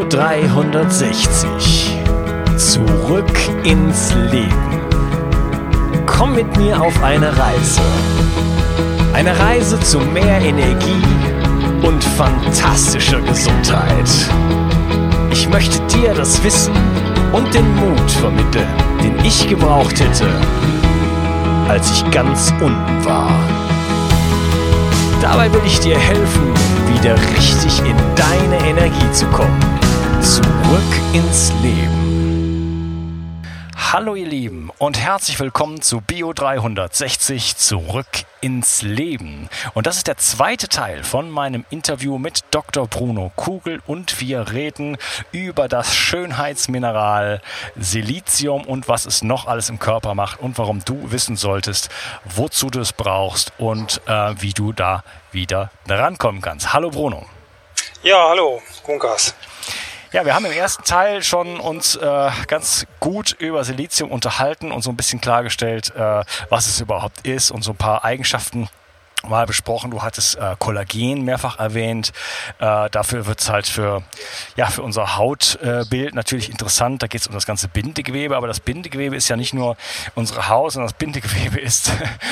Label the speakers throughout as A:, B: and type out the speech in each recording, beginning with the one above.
A: 360. Zurück ins Leben. Komm mit mir auf eine Reise. Eine Reise zu mehr Energie und fantastischer Gesundheit. Ich möchte dir das Wissen und den Mut vermitteln, den ich gebraucht hätte, als ich ganz unten war. Dabei will ich dir helfen, wieder richtig in deine Energie zu kommen. Zurück ins Leben. Hallo ihr Lieben und herzlich willkommen zu Bio 360 Zurück ins Leben. Und das ist der zweite Teil von meinem Interview mit Dr. Bruno Kugel und wir reden über das Schönheitsmineral Silizium und was es noch alles im Körper macht und warum du wissen solltest, wozu du es brauchst und wie du da wieder rankommen kannst. Hallo Bruno.
B: Ja, hallo, Gunkas.
A: Ja, wir haben im ersten Teil schon uns ganz gut über Silizium unterhalten und so ein bisschen klargestellt, was es überhaupt ist und so ein paar Eigenschaften mal besprochen. Du hattest Kollagen mehrfach erwähnt. Dafür wird es halt für unser Hautbild natürlich interessant. Da geht es um das ganze Bindegewebe, aber das Bindegewebe ist ja nicht nur unsere Haut, sondern das Bindegewebe ist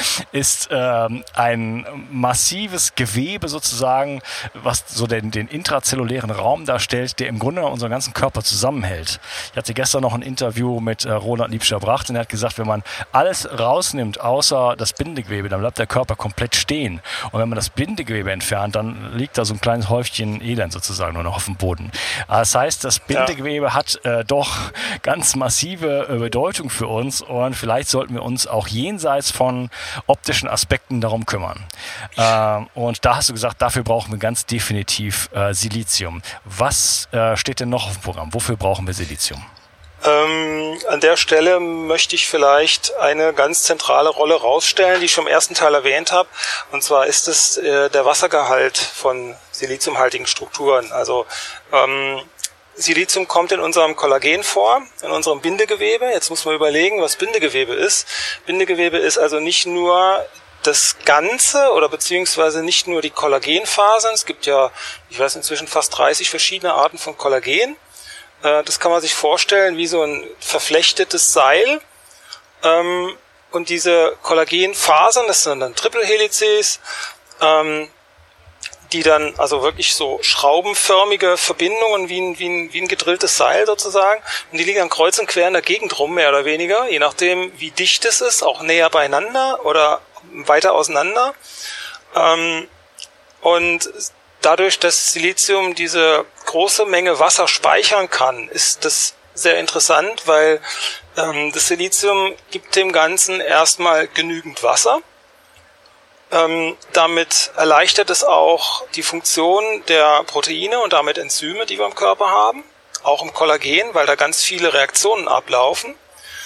A: ein massives Gewebe sozusagen, was so den intrazellulären Raum darstellt, der im Grunde unseren ganzen Körper zusammenhält. Ich hatte gestern noch ein Interview mit Roland Liebscher-Bracht und er hat gesagt, wenn man alles rausnimmt, außer das Bindegewebe, dann bleibt der Körper komplett stehen. Und wenn man das Bindegewebe entfernt, dann liegt da so ein kleines Häufchen Elend sozusagen nur noch auf dem Boden. Das heißt, das Bindegewebe hat doch ganz massive Bedeutung für uns und vielleicht sollten wir uns auch jenseits von optischen Aspekten darum kümmern. Und da hast du gesagt, dafür brauchen wir ganz definitiv Silizium. Was steht denn noch auf dem Programm? Wofür brauchen wir Silizium?
B: An der Stelle möchte ich vielleicht eine ganz zentrale Rolle rausstellen, die ich schon im ersten Teil erwähnt habe. Und zwar ist es der Wassergehalt von siliziumhaltigen Strukturen. Also Silizium kommt in unserem Kollagen vor, in unserem Bindegewebe. Jetzt muss man überlegen, was Bindegewebe ist. Bindegewebe ist also nicht nur das Ganze oder beziehungsweise nicht nur die Kollagenfasern. Es gibt ja, ich weiß inzwischen fast 30 verschiedene Arten von Kollagen. Das kann man sich vorstellen wie so ein verflechtetes Seil. Und diese Kollagenfasern, das sind dann Triple-Helices, die dann also wirklich so schraubenförmige Verbindungen wie ein gedrilltes Seil sozusagen. Und die liegen dann kreuz und quer in der Gegend rum, mehr oder weniger, je nachdem wie dicht es ist, auch näher beieinander oder weiter auseinander. Und dadurch, dass Silizium diese große Menge Wasser speichern kann, ist das sehr interessant, weil das Silizium gibt dem Ganzen erstmal genügend Wasser. Damit erleichtert es auch die Funktion der Proteine und damit Enzyme, die wir im Körper haben, auch im Kollagen, weil da ganz viele Reaktionen ablaufen.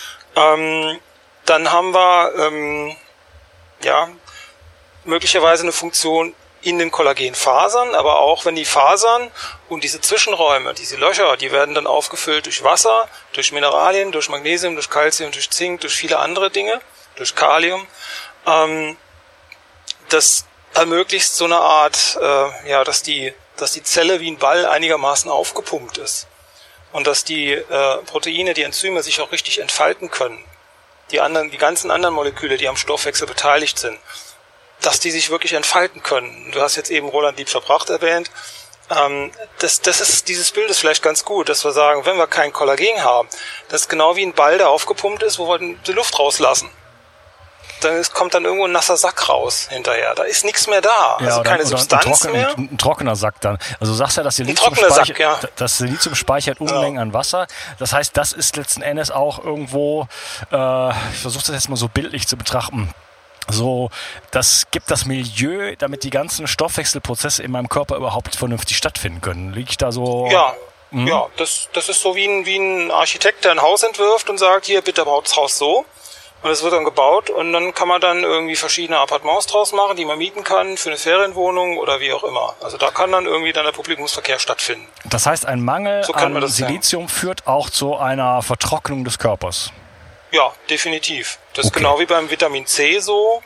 B: Dann haben wir möglicherweise eine Funktion in den Kollagenfasern, aber auch wenn die Fasern und diese Zwischenräume, diese Löcher, die werden dann aufgefüllt durch Wasser, durch Mineralien, durch Magnesium, durch Calcium, durch Zink, durch viele andere Dinge, durch Kalium. Das ermöglicht so eine Art, dass die Zelle wie ein Ball einigermaßen aufgepumpt ist und dass die Proteine, die Enzyme sich auch richtig entfalten können. Die ganzen anderen Moleküle, die am Stoffwechsel beteiligt sind, dass die sich wirklich entfalten können. Du hast jetzt eben Roland Liebscher-Bracht erwähnt. Dieses Bild ist vielleicht ganz gut, dass wir sagen, wenn wir kein Kollagen haben, das ist genau wie ein Ball, der aufgepumpt ist, wo wir die Luft rauslassen. Kommt dann irgendwo ein nasser Sack raus hinterher. Da ist nichts mehr da.
A: Ja,
B: also keine Substanz mehr.
A: Ein trockener Sack dann. Also du sagst ja, dass das Silizium speichert Unmengen an Wasser. Das heißt, das ist letzten Endes auch irgendwo, ich versuche das jetzt mal so bildlich zu betrachten, so, das gibt das Milieu, damit die ganzen Stoffwechselprozesse in meinem Körper überhaupt vernünftig stattfinden können. Liege ich da so?
B: Ja, das ist so wie ein Architekt, der ein Haus entwirft und sagt, hier, bitte baut das Haus so. Und es wird dann gebaut und dann kann man dann irgendwie verschiedene Appartements draus machen, die man mieten kann für eine Ferienwohnung oder wie auch immer. Also da kann dann irgendwie dann der Publikumsverkehr stattfinden.
A: Das heißt, ein Mangel an Silizium führt auch zu einer Vertrocknung des Körpers?
B: Ja, definitiv. Das ist genau wie beim Vitamin C so.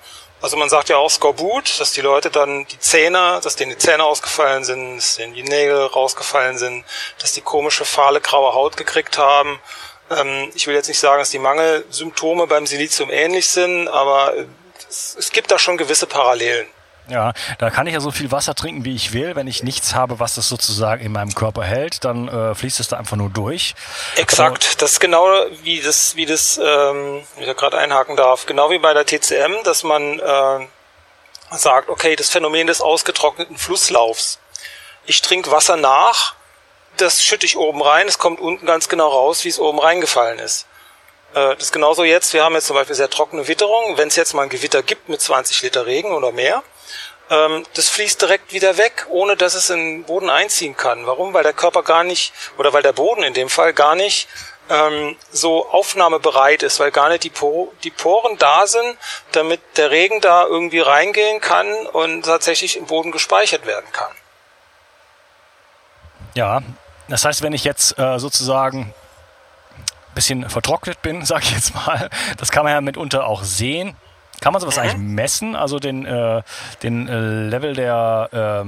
B: Also man sagt ja auch Skorbut, dass die Leute dann dass denen die Zähne ausgefallen sind, dass denen die Nägel rausgefallen sind, dass die komische, fahle, graue Haut gekriegt haben. Ich will jetzt nicht sagen, dass die Mangelsymptome beim Silizium ähnlich sind, aber es gibt da schon gewisse Parallelen.
A: Ja, da kann ich ja so viel Wasser trinken, wie ich will. Wenn ich nichts habe, was das sozusagen in meinem Körper hält, dann fließt es da einfach nur durch.
B: Exakt, das ist genau wie das, wenn ich da gerade einhaken darf, genau wie bei der TCM, dass man sagt, okay, das Phänomen des ausgetrockneten Flusslaufs. Ich trinke Wasser nach, das schütte ich oben rein, es kommt unten ganz genau raus, wie es oben reingefallen ist. Das ist genauso jetzt, wir haben jetzt zum Beispiel sehr trockene Witterung, wenn es jetzt mal ein Gewitter gibt mit 20 Liter Regen oder mehr, das fließt direkt wieder weg, ohne dass es in den Boden einziehen kann. Warum? Weil der Körper gar nicht, oder weil der Boden in dem Fall gar nicht so aufnahmebereit ist, weil gar nicht die Poren da sind, damit der Regen da irgendwie reingehen kann und tatsächlich im Boden gespeichert werden kann.
A: Ja, das heißt, wenn ich jetzt sozusagen ein bisschen vertrocknet bin, sag ich jetzt mal, das kann man ja mitunter auch sehen. Kann man sowas eigentlich messen? Also den Level der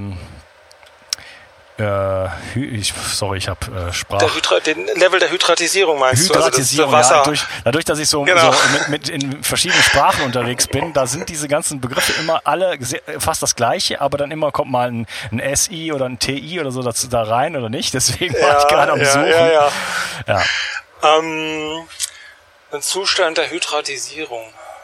A: ich habe
B: den Level der Hydratisierung meinst
A: Hydratisierung,
B: du? Also das
A: Wasser. Ja, dadurch, dass ich so mit in verschiedenen Sprachen unterwegs bin, da sind diese ganzen Begriffe immer alle fast das Gleiche, aber dann immer kommt mal ein SI oder ein TI oder so dazu da rein oder nicht. Deswegen war ich gerade am Suchen. Ja.
B: Ein Zustand der Hydratisierung.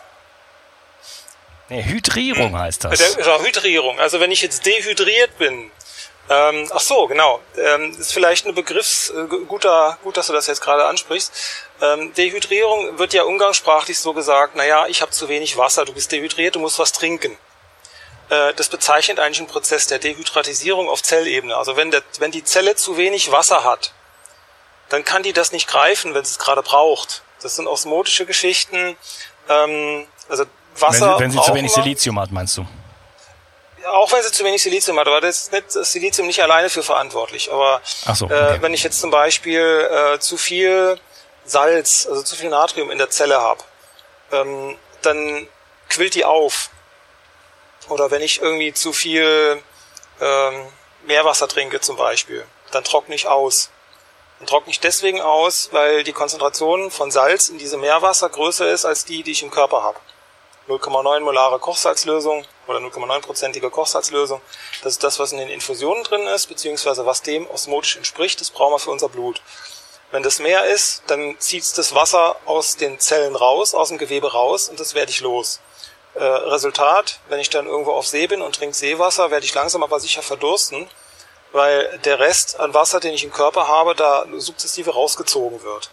A: Nee, Hydrierung heißt das.
B: Hydrierung. Also wenn ich jetzt dehydriert bin, ach so, genau. Ist vielleicht ein gut, dass du das jetzt gerade ansprichst. Dehydrierung wird ja umgangssprachlich so gesagt, naja, ich habe zu wenig Wasser, du bist dehydriert, du musst was trinken. Das bezeichnet eigentlich einen Prozess der Dehydratisierung auf Zellebene. Also wenn die Zelle zu wenig Wasser hat, dann kann die das nicht greifen, wenn sie es gerade braucht. Das sind osmotische Geschichten. Also Wasser
A: wenn sie zu wenig Silizium hat, meinst du?
B: Auch wenn sie zu wenig Silizium hat, aber das ist das Silizium nicht alleine für verantwortlich. Aber okay. Wenn ich jetzt zum Beispiel zu viel Salz, also zu viel Natrium in der Zelle habe, dann quillt die auf. Oder wenn ich irgendwie zu viel Meerwasser trinke zum Beispiel, dann trockne ich aus. Dann trockne ich deswegen aus, weil die Konzentration von Salz in diesem Meerwasser größer ist als die ich im Körper habe. 0,9 molare Kochsalzlösung oder 0,9%ige Kochsalzlösung. Das ist das, was in den Infusionen drin ist, beziehungsweise was dem osmotisch entspricht. Das brauchen wir für unser Blut. Wenn das mehr ist, dann zieht das Wasser aus den Zellen raus, aus dem Gewebe raus und das werde ich los. Resultat, wenn ich dann irgendwo auf See bin und trinke Seewasser, werde ich langsam aber sicher verdursten, weil der Rest an Wasser, den ich im Körper habe, da sukzessive rausgezogen wird.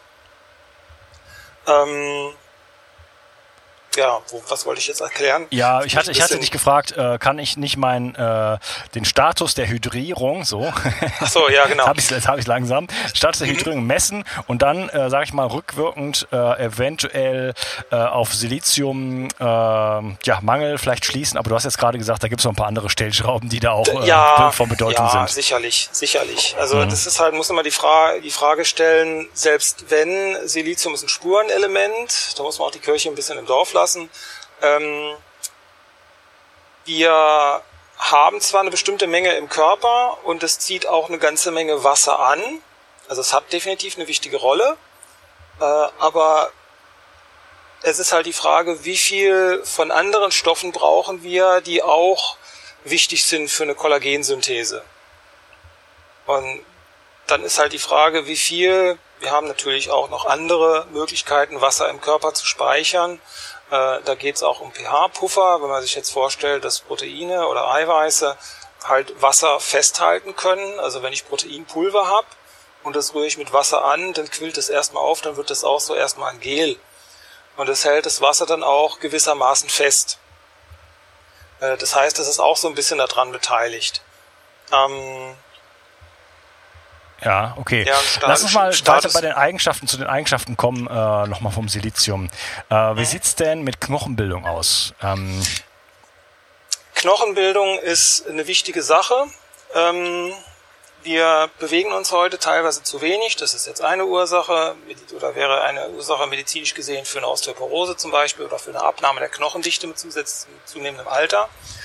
B: Was wollte ich jetzt erklären?
A: Ja, ich hatte dich gefragt, kann ich nicht den Status der Hydrierung, so.
B: Ach so, ja, genau.
A: Jetzt habe ich langsam. Status der Hydrierung messen und dann, sage ich mal, rückwirkend eventuell auf Silizium Mangel vielleicht schließen. Aber du hast jetzt gerade gesagt, da gibt es noch ein paar andere Stellschrauben, die da auch von Bedeutung sind.
B: Ja, sicherlich. Also das ist halt, muss man die Frage stellen, selbst wenn Silizium ist ein Spurenelement, da muss man auch die Kirche ein bisschen im Dorf lassen. Wir haben zwar eine bestimmte Menge im Körper und es zieht auch eine ganze Menge Wasser an, also es hat definitiv eine wichtige Rolle, aber es ist halt die Frage, wie viel von anderen Stoffen brauchen wir, die auch wichtig sind für eine Kollagensynthese. Und dann ist halt die Frage, wie viel, wir haben natürlich auch noch andere Möglichkeiten, Wasser im Körper zu speichern. Da geht es auch um pH-Puffer, wenn man sich jetzt vorstellt, dass Proteine oder Eiweiße halt Wasser festhalten können. Also wenn ich Proteinpulver habe und das rühre ich mit Wasser an, dann quillt es erstmal auf, dann wird das auch so erstmal ein Gel. Und das hält das Wasser dann auch gewissermaßen fest. Das heißt, es ist auch so ein bisschen daran beteiligt.
A: Ja, okay. Ja, lass uns mal weiter zu den Eigenschaften kommen, nochmal vom Silizium. Wie sieht's denn mit Knochenbildung aus?
B: Knochenbildung ist eine wichtige Sache. wir bewegen uns heute teilweise zu wenig. Das ist jetzt eine Ursache oder wäre eine Ursache medizinisch gesehen für eine Osteoporose zum Beispiel oder für eine Abnahme der Knochendichte mit zunehmendem Alter.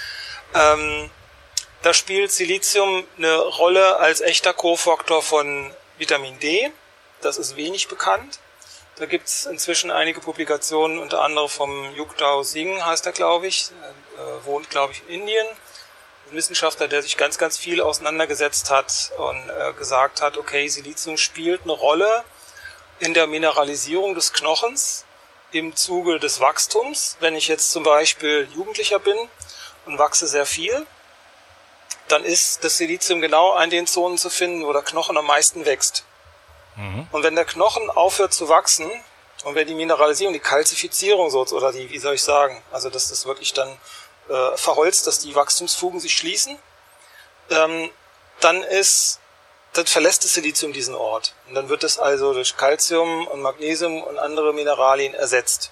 B: Da spielt Silizium eine Rolle als echter Kofaktor von Vitamin D. Das ist wenig bekannt. Da gibt es inzwischen einige Publikationen, unter anderem vom Yukdao Singh, heißt er, glaube ich, wohnt, glaube ich, in Indien. Ein Wissenschaftler, der sich ganz, ganz viel auseinandergesetzt hat und gesagt hat, okay, Silizium spielt eine Rolle in der Mineralisierung des Knochens im Zuge des Wachstums. Wenn ich jetzt zum Beispiel Jugendlicher bin und wachse sehr viel, dann ist das Silizium genau an den Zonen zu finden, wo der Knochen am meisten wächst. Und wenn der Knochen aufhört zu wachsen und wenn die Mineralisierung, die Kalzifizierung so, oder die, wie soll ich sagen, also dass das wirklich dann verholzt, dass die Wachstumsfugen sich schließen, dann verlässt das Silizium diesen Ort. Und dann wird es also durch Calcium und Magnesium und andere Mineralien ersetzt.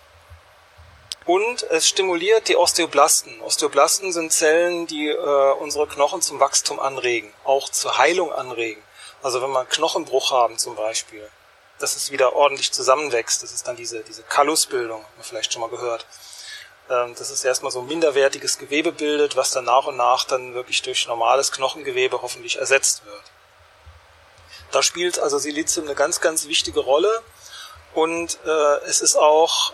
B: Und es stimuliert die Osteoblasten. Osteoblasten sind Zellen, die unsere Knochen zum Wachstum anregen, auch zur Heilung anregen. Also wenn wir einen Knochenbruch haben zum Beispiel, dass es wieder ordentlich zusammenwächst, das ist dann diese Kallusbildung, haben wir vielleicht schon mal gehört. Dass es erstmal so ein minderwertiges Gewebe bildet, was dann nach und nach dann wirklich durch normales Knochengewebe hoffentlich ersetzt wird. Da spielt also Silizium eine ganz, ganz wichtige Rolle und es ist auch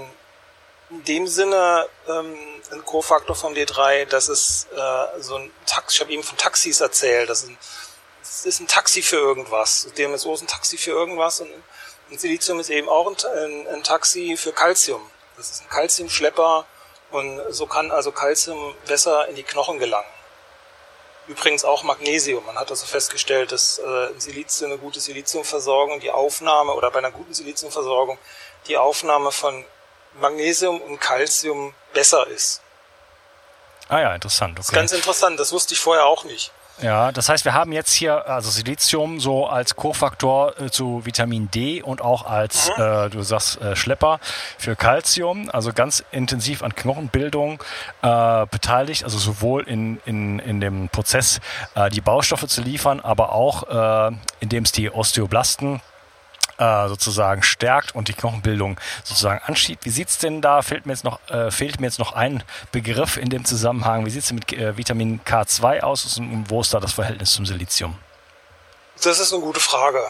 B: in dem Sinne ein Kofaktor vom D3, dass es so ein Taxi, ich habe eben von Taxis erzählt, es ist ein Taxi für irgendwas. DMSO ist ein Taxi für irgendwas und Silizium ist eben auch ein Taxi für Calcium. Das ist ein Calciumschlepper und so kann also Calcium besser in die Knochen gelangen. Übrigens auch Magnesium. Man hat also festgestellt, dass im Silizium eine gute Siliziumversorgung, die Aufnahme oder bei einer guten Siliziumversorgung die Aufnahme von Magnesium und Calcium besser ist.
A: Ah ja, interessant. Okay.
B: Das ist ganz interessant, das wusste ich vorher auch nicht.
A: Ja, das heißt, wir haben jetzt hier also Silizium so als Kofaktor zu Vitamin D und auch als, du sagst, Schlepper für Calcium, also ganz intensiv an Knochenbildung beteiligt, also sowohl in dem Prozess die Baustoffe zu liefern, aber auch indem es die Osteoblasten sozusagen stärkt und die Knochenbildung sozusagen anschiebt. Wie sieht's denn da? Fehlt mir jetzt noch ein Begriff in dem Zusammenhang. Wie sieht's denn mit Vitamin K2 aus und wo ist da das Verhältnis zum Silizium?
B: Das ist eine gute Frage.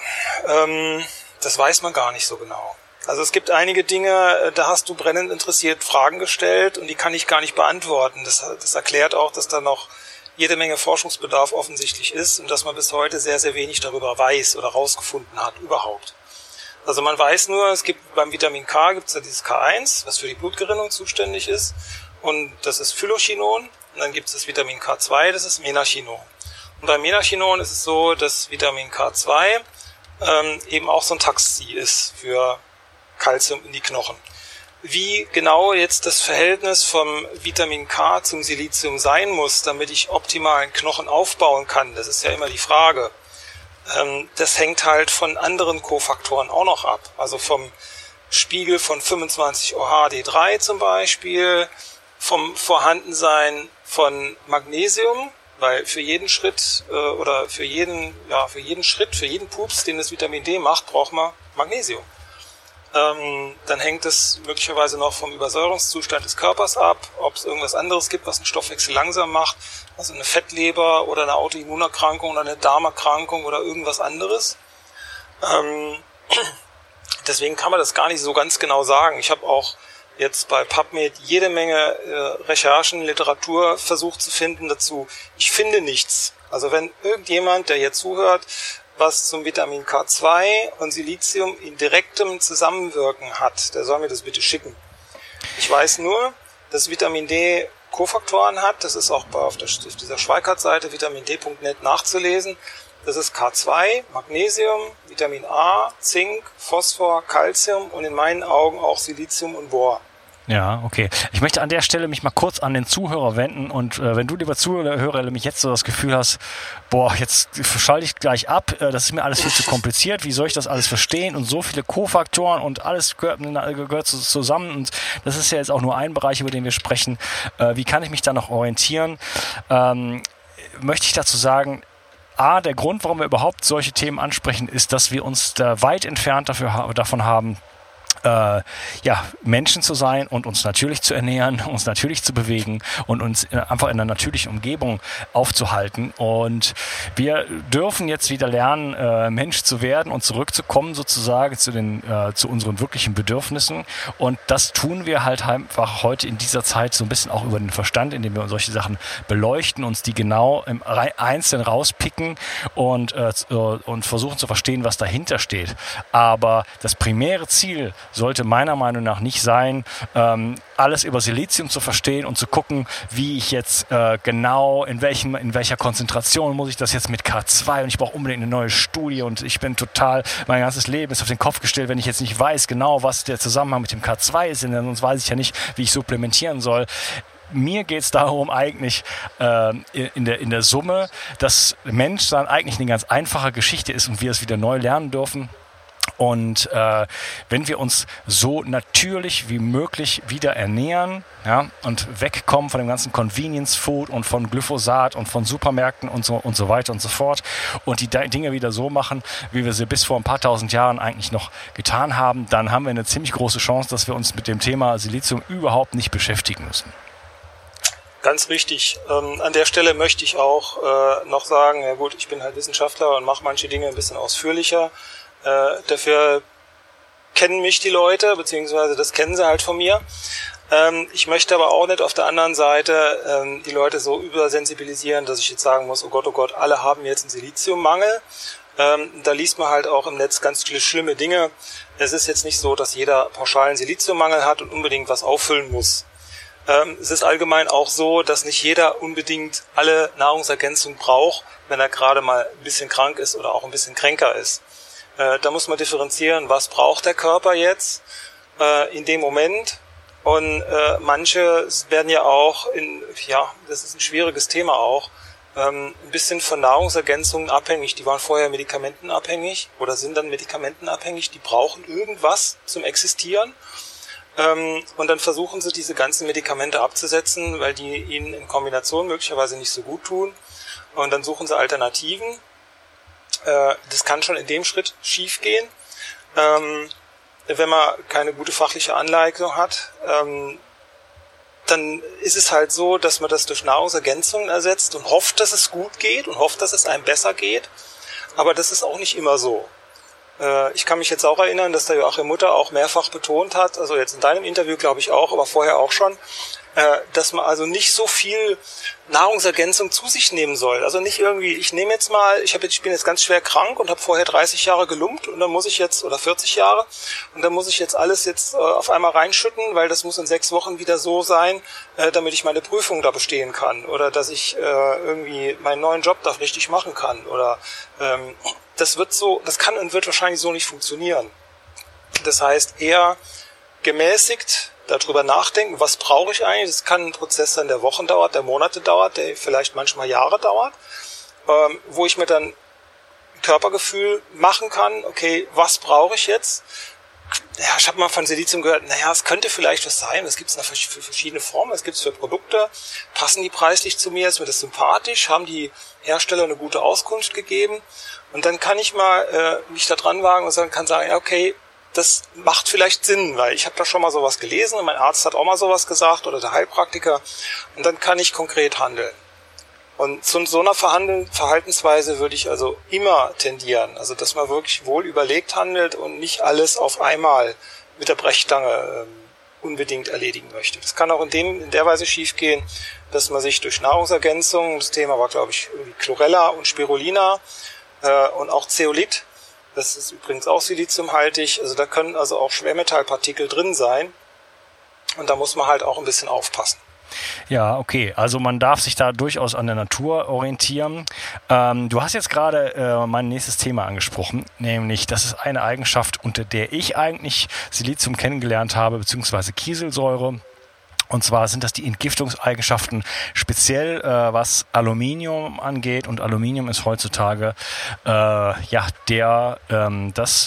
B: Das weiß man gar nicht so genau. Also es gibt einige Dinge, da hast du brennend interessiert Fragen gestellt und die kann ich gar nicht beantworten. Das erklärt auch, dass da noch jede Menge Forschungsbedarf offensichtlich ist und dass man bis heute sehr, sehr wenig darüber weiß oder rausgefunden hat überhaupt. Also man weiß nur, es gibt beim Vitamin K gibt es ja dieses K1, was für die Blutgerinnung zuständig ist und das ist Phylochinon und dann gibt es das Vitamin K2, das ist Menachinon. Und beim Menachinon ist es so, dass Vitamin K2 eben auch so ein Taxi ist für Calcium in die Knochen. Wie genau jetzt das Verhältnis vom Vitamin K zum Silizium sein muss, damit ich optimalen Knochen aufbauen kann, das ist ja immer die Frage. Das hängt halt von anderen Kofaktoren auch noch ab. Also vom Spiegel von 25-OH-D3 zum Beispiel, vom Vorhandensein von Magnesium, weil für jeden Schritt oder für jeden Pups, den das Vitamin D macht, braucht man Magnesium. Dann hängt es möglicherweise noch vom Übersäuerungszustand des Körpers ab, ob es irgendwas anderes gibt, was den Stoffwechsel langsam macht, also eine Fettleber oder eine Autoimmunerkrankung oder eine Darmerkrankung oder irgendwas anderes. Deswegen kann man das gar nicht so ganz genau sagen. Ich habe auch jetzt bei PubMed jede Menge Recherchen, Literatur versucht zu finden dazu. Ich finde nichts. Also wenn irgendjemand, der hier zuhört, was zum Vitamin K2 und Silizium in direktem Zusammenwirken hat, der soll mir das bitte schicken. Ich weiß nur, dass Vitamin D Kofaktoren hat, das ist auch auf dieser Schweikart-Seite vitaminde.net nachzulesen. Das ist K2, Magnesium, Vitamin A, Zink, Phosphor, Calcium und in meinen Augen auch Silizium und Bor.
A: Ja, okay. Ich möchte an der Stelle mich mal kurz an den Zuhörer wenden und wenn du, lieber Zuhörer, nämlich jetzt so das Gefühl hast, jetzt schalte ich gleich ab, das ist mir alles viel zu kompliziert, wie soll ich das alles verstehen und so viele Kofaktoren und alles gehört zusammen und das ist ja jetzt auch nur ein Bereich, über den wir sprechen. Wie kann ich mich da noch orientieren? Möchte ich dazu sagen, der Grund, warum wir überhaupt solche Themen ansprechen, ist, dass wir uns da weit entfernt davon haben, Menschen zu sein und uns natürlich zu ernähren, uns natürlich zu bewegen und uns einfach in einer natürlichen Umgebung aufzuhalten. Und wir dürfen jetzt wieder lernen, Mensch zu werden und zurückzukommen sozusagen zu unseren wirklichen Bedürfnissen. Und das tun wir halt einfach heute in dieser Zeit so ein bisschen auch über den Verstand, indem wir solche Sachen beleuchten, uns die genau im Einzelnen rauspicken und versuchen zu verstehen, was dahinter steht. Aber das primäre Ziel sollte meiner Meinung nach nicht sein, alles über Silizium zu verstehen und zu gucken, wie ich jetzt genau, in welcher Konzentration muss ich das jetzt mit K2 und ich brauche unbedingt eine neue Studie und ich bin mein ganzes Leben ist auf den Kopf gestellt, wenn ich jetzt nicht weiß genau, was der Zusammenhang mit dem K2 ist, denn sonst weiß ich ja nicht, wie ich supplementieren soll. Mir geht es darum eigentlich in der Summe, dass Menschsein eigentlich eine ganz einfache Geschichte ist und wir es wieder neu lernen dürfen. Und wenn wir uns so natürlich wie möglich wieder ernähren, ja, und wegkommen von dem ganzen Convenience Food und von Glyphosat und von Supermärkten und so weiter und so fort und die Dinge wieder so machen, wie wir sie bis vor ein paar tausend Jahren eigentlich noch getan haben, dann haben wir eine ziemlich große Chance, dass wir uns mit dem Thema Silizium überhaupt nicht beschäftigen müssen.
B: Ganz richtig. An der Stelle möchte ich auch noch sagen, ja gut, ich bin halt Wissenschaftler und mache manche Dinge ein bisschen ausführlicher. Dafür kennen mich die Leute, beziehungsweise das kennen sie halt von mir. Ich möchte aber auch nicht auf der anderen Seite die Leute so übersensibilisieren, dass ich jetzt sagen muss, oh Gott, alle haben jetzt einen Siliziummangel. Da liest man halt auch im Netz ganz schlimme Dinge. Es ist jetzt nicht so, dass jeder pauschal einen Siliziummangel hat und unbedingt was auffüllen muss. Es ist allgemein auch so, dass nicht jeder unbedingt alle Nahrungsergänzungen braucht, wenn er gerade mal ein bisschen krank ist oder auch ein bisschen kränker ist. Da muss man differenzieren, was braucht der Körper jetzt in dem Moment. Und manche werden ja auch, das ist ein schwieriges Thema auch, ein bisschen von Nahrungsergänzungen abhängig. Die waren vorher medikamentenabhängig oder sind dann medikamentenabhängig. Die brauchen irgendwas zum Existieren. Und dann versuchen sie, diese ganzen Medikamente abzusetzen, weil die ihnen in Kombination möglicherweise nicht so gut tun. Und dann suchen sie Alternativen. Das kann schon in dem Schritt schief gehen, wenn man keine gute fachliche Anleitung hat. Dann ist es halt so, dass man das durch Nahrungsergänzungen ersetzt und hofft, dass es gut geht und hofft, dass es einem besser geht. Aber das ist auch nicht immer so. Ich kann mich jetzt auch erinnern, dass der Joachim Mutter auch mehrfach betont hat, also jetzt in deinem Interview glaube ich auch, aber vorher auch schon, dass man also nicht so viel Nahrungsergänzung zu sich nehmen soll. Also nicht irgendwie, ich bin jetzt ganz schwer krank und habe vorher 30 Jahre gelumpt und dann muss ich jetzt, oder 40 Jahre, und dann muss ich jetzt alles auf einmal reinschütten, weil das muss in 6 Wochen wieder so sein, damit ich meine Prüfung da bestehen kann oder dass ich irgendwie meinen neuen Job da richtig machen kann oder das kann und wird wahrscheinlich so nicht funktionieren. Das heißt, eher gemäßigt darüber nachdenken, was brauche ich eigentlich. Das kann ein Prozess sein, der Wochen dauert, der Monate dauert, der vielleicht manchmal Jahre dauert, wo ich mir dann ein Körpergefühl machen kann, okay, was brauche ich jetzt? Ja, ich habe mal von Silizium gehört, es könnte vielleicht was sein, das gibt es für verschiedene Formen, das gibt es für Produkte, passen die preislich zu mir, ist mir das sympathisch, haben die Hersteller eine gute Auskunft gegeben und dann kann ich mal mich da dran wagen und kann sagen, ja, okay, das macht vielleicht Sinn, weil ich habe da schon mal sowas gelesen und mein Arzt hat auch mal sowas gesagt oder der Heilpraktiker und dann kann ich konkret handeln. Und zu so einer Verhaltensweise würde ich also immer tendieren, also dass man wirklich wohl überlegt handelt und nicht alles auf einmal mit der Brechstange unbedingt erledigen möchte. Das kann auch in der Weise schiefgehen, dass man sich durch Nahrungsergänzungen, das Thema war glaube ich irgendwie Chlorella und Spirulina und auch Zeolit, das ist übrigens auch siliziumhaltig, also da können also auch Schwermetallpartikel drin sein und da muss man halt auch ein bisschen aufpassen.
A: Ja, okay. Also man darf sich da durchaus an der Natur orientieren. Du hast jetzt gerade mein nächstes Thema angesprochen, nämlich das ist eine Eigenschaft, unter der ich eigentlich Silizium kennengelernt habe, beziehungsweise Kieselsäure. Und zwar sind das die Entgiftungseigenschaften, speziell was Aluminium angeht. Und Aluminium ist heutzutage das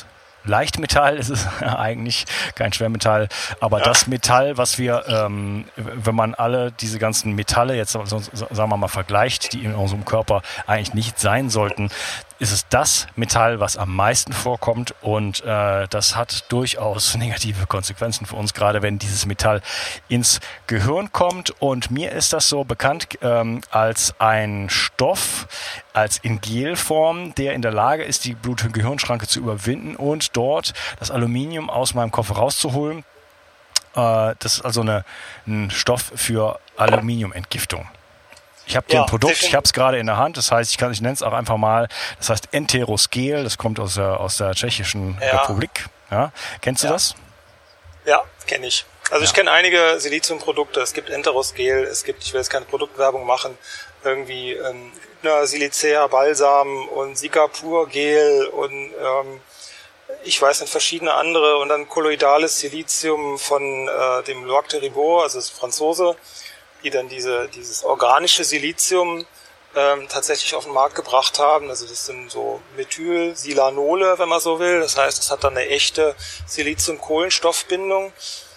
A: Leichtmetall, es ist eigentlich kein Schwermetall, aber das Metall, was wir, wenn man alle diese ganzen Metalle jetzt, sagen wir mal, vergleicht, die in unserem Körper eigentlich nicht sein sollten, ist es das Metall, was am meisten vorkommt, und das hat durchaus negative Konsequenzen für uns, gerade wenn dieses Metall ins Gehirn kommt. Und mir ist das so bekannt als ein Stoff, als in Gelform, der in der Lage ist, die Blut-Gehirn-Schranke zu überwinden und dort das Aluminium aus meinem Kopf rauszuholen. Das ist also ein Stoff für Aluminiumentgiftung. Ich habe hier ein Produkt, ich habe es gerade in der Hand, das heißt, ich nenne es auch einfach mal, das heißt Enterosgel, das kommt aus der Tschechischen Republik. Ja. Kennst du das?
B: Ja, kenne ich. Also ich kenne einige Siliziumprodukte, es gibt Enterosgel, ich will jetzt keine Produktwerbung machen, irgendwie Silicea Balsam und Sikapur Gel und ich weiß nicht, verschiedene andere, und dann kolloidales Silizium von dem Loac de Ribot, also das Franzose, die dann dieses organische Silizium tatsächlich auf den Markt gebracht haben. Also das sind so Methylsilanole, wenn man so will. Das heißt, es hat dann eine echte Silizium-Kohlenstoffbindung.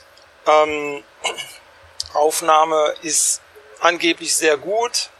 B: Aufnahme ist angeblich sehr gut.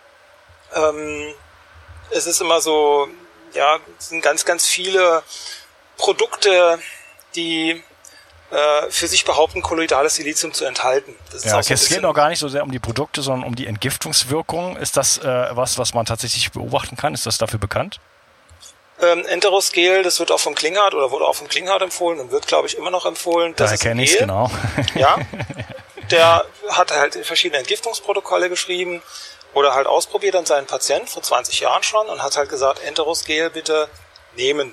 B: Es ist immer so, es sind ganz, ganz viele Produkte, die für sich behaupten, kolloidales Silizium zu enthalten.
A: Das ist es geht noch gar nicht so sehr um die Produkte, sondern um die Entgiftungswirkung. Ist das was man tatsächlich beobachten kann? Ist das dafür bekannt?
B: Enterosgel, das wird auch vom Klinghardt oder wurde auch vom Klinghardt empfohlen und wird, glaube ich, immer noch empfohlen.
A: Daher kenne ich es, genau.
B: Ja, der hat halt verschiedene Entgiftungsprotokolle geschrieben oder halt ausprobiert an seinen Patienten vor 20 Jahren schon und hat halt gesagt, Enterosgel bitte nehmen.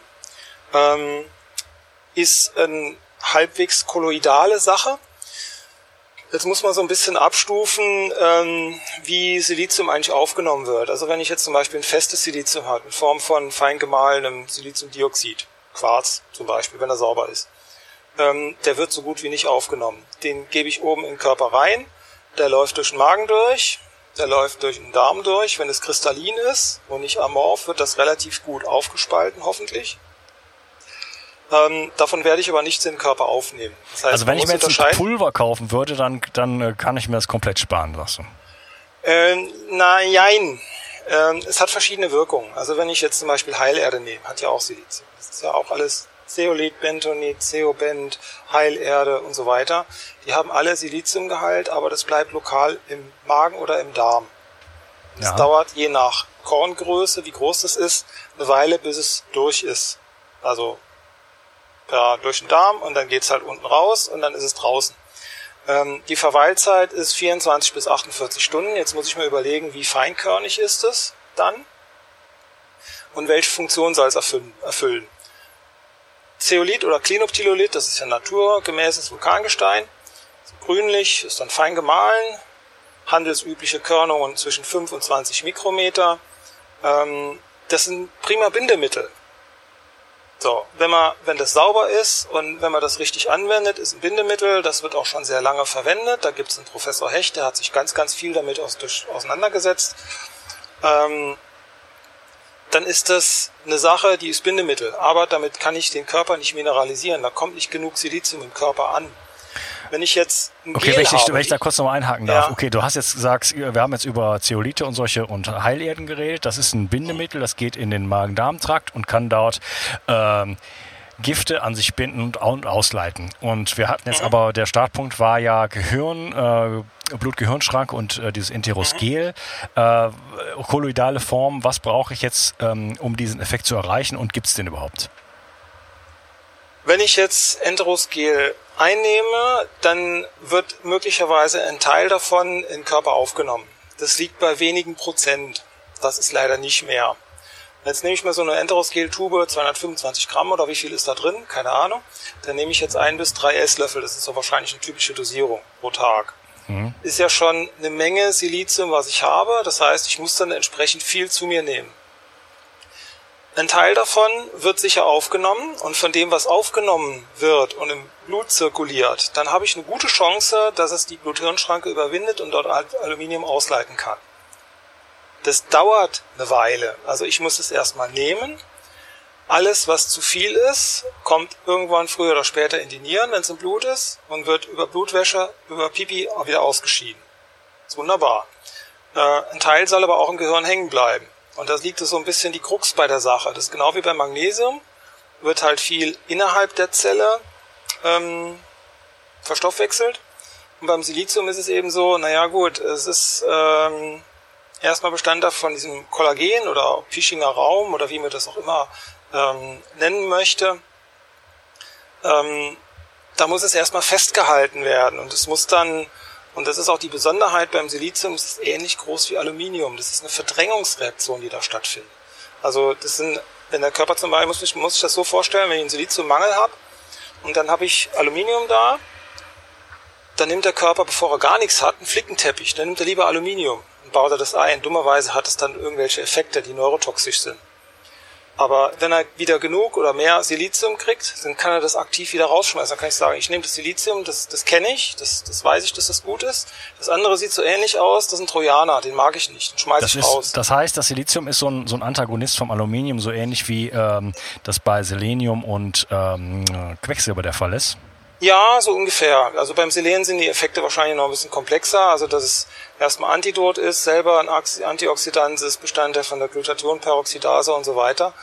B: Ist ein halbwegs kolloidale Sache. Jetzt muss man so ein bisschen abstufen, wie Silizium eigentlich aufgenommen wird. Also wenn ich jetzt zum Beispiel ein festes Silizium habe, in Form von fein gemahlenem Siliziumdioxid, Quarz zum Beispiel, wenn er sauber ist, der wird so gut wie nicht aufgenommen. Den gebe ich oben in den Körper rein, der läuft durch den Magen durch, der läuft durch den Darm durch. Wenn es kristallin ist und nicht amorph, wird das relativ gut aufgespalten, hoffentlich. Davon werde ich aber nichts in den Körper aufnehmen. Das heißt,
A: also wenn ich mir jetzt ein Pulver kaufen würde, dann kann ich mir das komplett sparen, sagst du?
B: Nein. Es hat verschiedene Wirkungen. Also wenn ich jetzt zum Beispiel Heilerde nehme, hat ja auch Silizium. Das ist ja auch alles Zeolit, Bentonit, Zeobent, Heilerde und so weiter. Die haben alle Siliziumgehalt, aber das bleibt lokal im Magen oder im Darm. Das dauert je nach Korngröße, wie groß das ist, eine Weile, bis es durch ist. Also durch den Darm und dann geht's halt unten raus und dann ist es draußen. Die Verweilzeit ist 24 bis 48 Stunden. Jetzt muss ich mir überlegen, wie feinkörnig ist es dann und welche Funktion soll es erfüllen. Zeolit oder Klinoptilolit, das ist ja naturgemäßes Vulkangestein, ist grünlich, ist dann fein gemahlen, handelsübliche Körnungen zwischen 5 und 20 Mikrometer. Das sind prima Bindemittel. So, wenn das sauber ist und wenn man das richtig anwendet, ist ein Bindemittel, das wird auch schon sehr lange verwendet. Da gibt es einen Professor Hecht, der hat sich ganz, ganz viel damit auseinandergesetzt. Dann ist das eine Sache, die ist Bindemittel, aber damit kann ich den Körper nicht mineralisieren. Da kommt nicht genug Silizium im Körper an. Wenn ich jetzt ein Gel
A: wenn ich da kurz noch mal einhaken darf. Okay, du hast jetzt gesagt, wir haben jetzt über Zeolite und solche und Heilerden geredet. Das ist ein Bindemittel, das geht in den Magen-Darm-Trakt und kann dort Gifte an sich binden und ausleiten. Und wir hatten jetzt aber, der Startpunkt war ja Gehirn, Blut-Gehirn-Schranke und dieses Enterosgel, kolloidale Form. Was brauche ich jetzt, um diesen Effekt zu erreichen, und gibt es den überhaupt?
B: Wenn ich jetzt Enterosgel einnehme, dann wird möglicherweise ein Teil davon in den Körper aufgenommen. Das liegt bei wenigen Prozent. Das ist leider nicht mehr. Jetzt nehme ich mir so eine Enterosgel-Tube, 225 Gramm oder wie viel ist da drin? Keine Ahnung. Dann nehme ich jetzt 1 bis 3 Esslöffel. Das ist so wahrscheinlich eine typische Dosierung pro Tag. Ist ja schon eine Menge Silizium, was ich habe. Das heißt, ich muss dann entsprechend viel zu mir nehmen. Ein Teil davon wird sicher aufgenommen, und von dem, was aufgenommen wird und im Blut zirkuliert, dann habe ich eine gute Chance, dass es die Blut-Hirn-Schranke überwindet und dort Aluminium ausleiten kann. Das dauert eine Weile. Also ich muss es erstmal nehmen, alles, was zu viel ist, kommt irgendwann früher oder später in die Nieren, wenn es im Blut ist, und wird über Blutwäsche, über Pipi auch wieder ausgeschieden. Das ist wunderbar. Ein Teil soll aber auch im Gehirn hängen bleiben. Und da liegt so ein bisschen die Krux bei der Sache. Das ist genau wie beim Magnesium, wird halt viel innerhalb der Zelle verstoffwechselt. Und beim Silizium ist es eben so, naja gut, es ist erstmal Bestandteil von diesem Kollagen oder Pischinger Raum oder wie man das auch immer nennen möchte. Da muss es erstmal festgehalten werden und es muss dann, und das ist auch die Besonderheit beim Silizium, es ist ähnlich groß wie Aluminium. Das ist eine Verdrängungsreaktion, die da stattfindet. Also das sind, wenn der Körper zum Beispiel, muss ich das so vorstellen, wenn ich einen Siliziummangel habe und dann habe ich Aluminium da, dann nimmt der Körper, bevor er gar nichts hat, einen Flickenteppich, dann nimmt er lieber Aluminium und baut er das ein. Dummerweise hat es dann irgendwelche Effekte, die neurotoxisch sind. Aber wenn er wieder genug oder mehr Silizium kriegt, dann kann er das aktiv wieder rausschmeißen. Dann kann ich sagen, ich nehme das Silizium, das kenne ich, das weiß ich, dass das gut ist. Das andere sieht so ähnlich aus, das ist ein Trojaner, den mag ich nicht, den schmeiße ich raus.
A: Das heißt, das Silizium ist so ein Antagonist vom Aluminium, so ähnlich wie das bei Selenium und Quecksilber der Fall ist?
B: Ja, so ungefähr. Also beim Selen sind die Effekte wahrscheinlich noch ein bisschen komplexer. Also dass es erstmal Antidot ist, selber ein Antioxidant ist, Bestandteil von der Glutathionperoxidase und so weiter.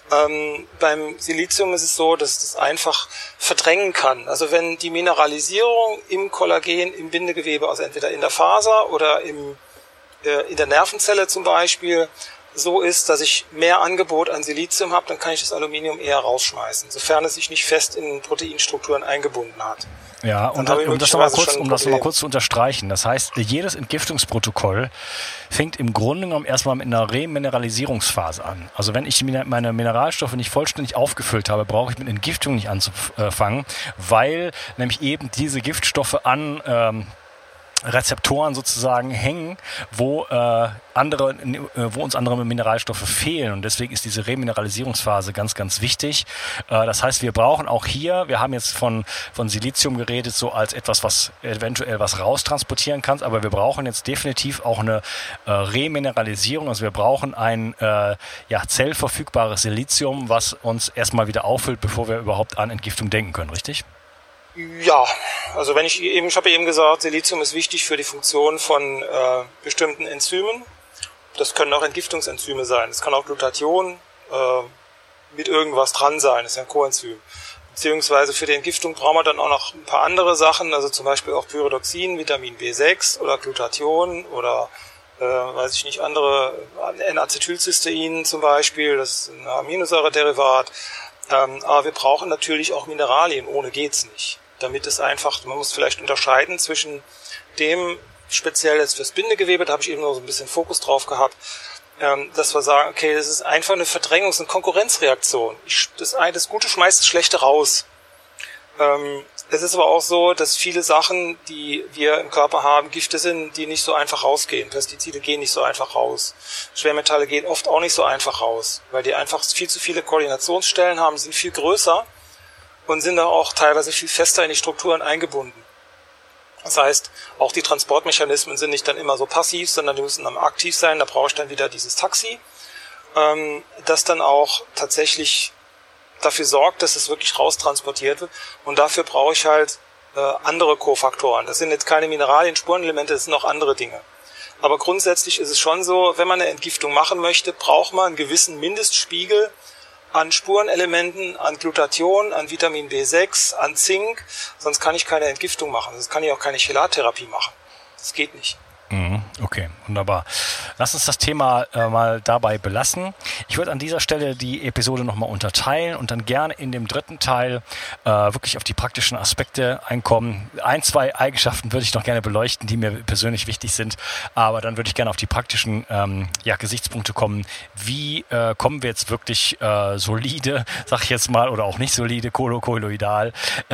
B: Beim Silizium ist es so, dass es einfach verdrängen kann. Also wenn die Mineralisierung im Kollagen, im Bindegewebe, also entweder in der Faser oder in der Nervenzelle zum Beispiel, so ist, dass ich mehr Angebot an Silizium habe, dann kann ich das Aluminium eher rausschmeißen, sofern es sich nicht fest in Proteinstrukturen eingebunden hat.
A: Ja, und um das nochmal kurz zu unterstreichen, das heißt, jedes Entgiftungsprotokoll fängt im Grunde genommen erstmal mit einer Remineralisierungsphase an. Also wenn ich meine Mineralstoffe nicht vollständig aufgefüllt habe, brauche ich mit Entgiftung nicht anzufangen, weil nämlich eben diese Giftstoffe an Rezeptoren sozusagen hängen, wo uns andere Mineralstoffe fehlen, und deswegen ist diese Remineralisierungsphase ganz, ganz wichtig. Das heißt, wir brauchen auch hier, wir haben jetzt von Silizium geredet, so als etwas, was eventuell was raustransportieren kann, aber wir brauchen jetzt definitiv auch eine Remineralisierung, also wir brauchen ein zellverfügbares Silizium, was uns erstmal wieder auffüllt, bevor wir überhaupt an Entgiftung denken können, richtig?
B: Ja, also ich habe eben gesagt, Silizium ist wichtig für die Funktion von bestimmten Enzymen. Das können auch Entgiftungsenzyme sein. Es kann auch Glutathion mit irgendwas dran sein. Das ist ja ein Coenzym. Beziehungsweise für die Entgiftung brauchen wir dann auch noch ein paar andere Sachen, also zum Beispiel auch Pyridoxin, Vitamin B6 oder Glutathion oder andere N-Acetylcystein zum Beispiel, das ist ein Aminosäurederivat. Aber wir brauchen natürlich auch Mineralien, ohne geht's nicht. Damit es einfach, man muss vielleicht unterscheiden zwischen dem, speziell jetzt fürs Bindegewebe, da habe ich eben noch so ein bisschen Fokus drauf gehabt, dass wir sagen, okay, das ist einfach eine Verdrängungs- und Konkurrenzreaktion. Das Gute schmeißt das Schlechte raus. Es ist aber auch so, dass viele Sachen, die wir im Körper haben, Gifte sind, die nicht so einfach rausgehen. Pestizide gehen nicht so einfach raus. Schwermetalle gehen oft auch nicht so einfach raus, weil die einfach viel zu viele Koordinationsstellen haben, sind viel größer und sind da auch teilweise viel fester in die Strukturen eingebunden. Das heißt, auch die Transportmechanismen sind nicht dann immer so passiv, sondern die müssen dann aktiv sein. Da brauche ich dann wieder dieses Taxi, das dann auch tatsächlich dafür sorgt, dass es wirklich raustransportiert wird. Und dafür brauche ich halt andere Kofaktoren. Das sind jetzt keine Mineralien, Spurenelemente, das sind auch andere Dinge. Aber grundsätzlich ist es schon so, wenn man eine Entgiftung machen möchte, braucht man einen gewissen Mindestspiegel an Spurenelementen, an Glutathion, an Vitamin B6, an Zink. Sonst kann ich keine Entgiftung machen. Sonst kann ich auch keine Chelatherapie machen. Das geht nicht.
A: Okay, wunderbar. Lass uns das Thema mal dabei belassen. Ich würde an dieser Stelle die Episode nochmal unterteilen und dann gerne in dem dritten Teil wirklich auf die praktischen Aspekte einkommen. 2 Eigenschaften würde ich noch gerne beleuchten, die mir persönlich wichtig sind, aber dann würde ich gerne auf die praktischen Gesichtspunkte kommen. Wie kommen wir jetzt wirklich solide, sag ich jetzt mal, oder auch nicht solide, kolloidal,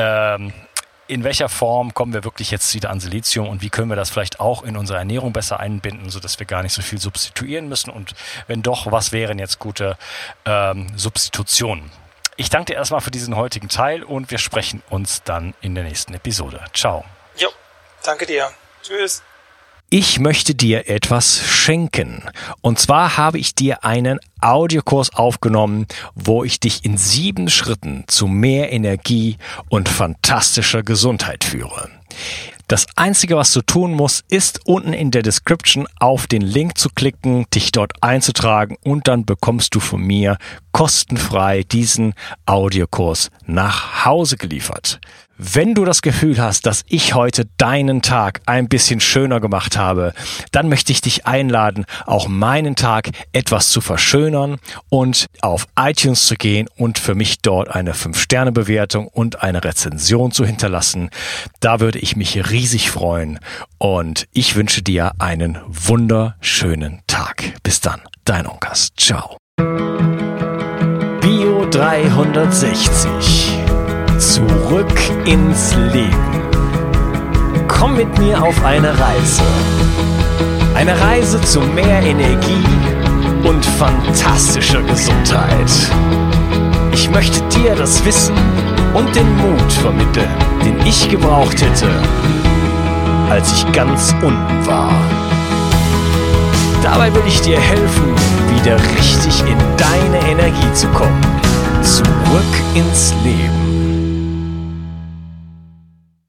A: in welcher Form kommen wir wirklich jetzt wieder an Silizium und wie können wir das vielleicht auch in unsere Ernährung besser einbinden, sodass wir gar nicht so viel substituieren müssen, und wenn doch, was wären jetzt gute Substitutionen? Ich danke dir erstmal für diesen heutigen Teil und wir sprechen uns dann in der nächsten Episode. Ciao.
B: Jo, danke dir. Tschüss.
A: Ich möchte dir etwas schenken. Und zwar habe ich dir einen Audiokurs aufgenommen, wo ich dich in 7 Schritten zu mehr Energie und fantastischer Gesundheit führe. Das Einzige, was du tun musst, ist unten in der Description auf den Link zu klicken, dich dort einzutragen und dann bekommst du von mir kostenfrei diesen Audiokurs nach Hause geliefert. Wenn du das Gefühl hast, dass ich heute deinen Tag ein bisschen schöner gemacht habe, dann möchte ich dich einladen, auch meinen Tag etwas zu verschönern und auf iTunes zu gehen und für mich dort eine 5-Sterne-Bewertung und eine Rezension zu hinterlassen. Da würde ich mich riesig freuen und ich wünsche dir einen wunderschönen Tag. Bis dann, dein Onkas. Ciao. Bio 360. Zurück ins Leben. Komm mit mir auf eine Reise. Eine Reise zu mehr Energie und fantastischer Gesundheit. Ich möchte dir das Wissen und den Mut vermitteln, den ich gebraucht hätte, als ich ganz unten war. Dabei will ich dir helfen, wieder richtig in deine Energie zu kommen. Zurück ins Leben.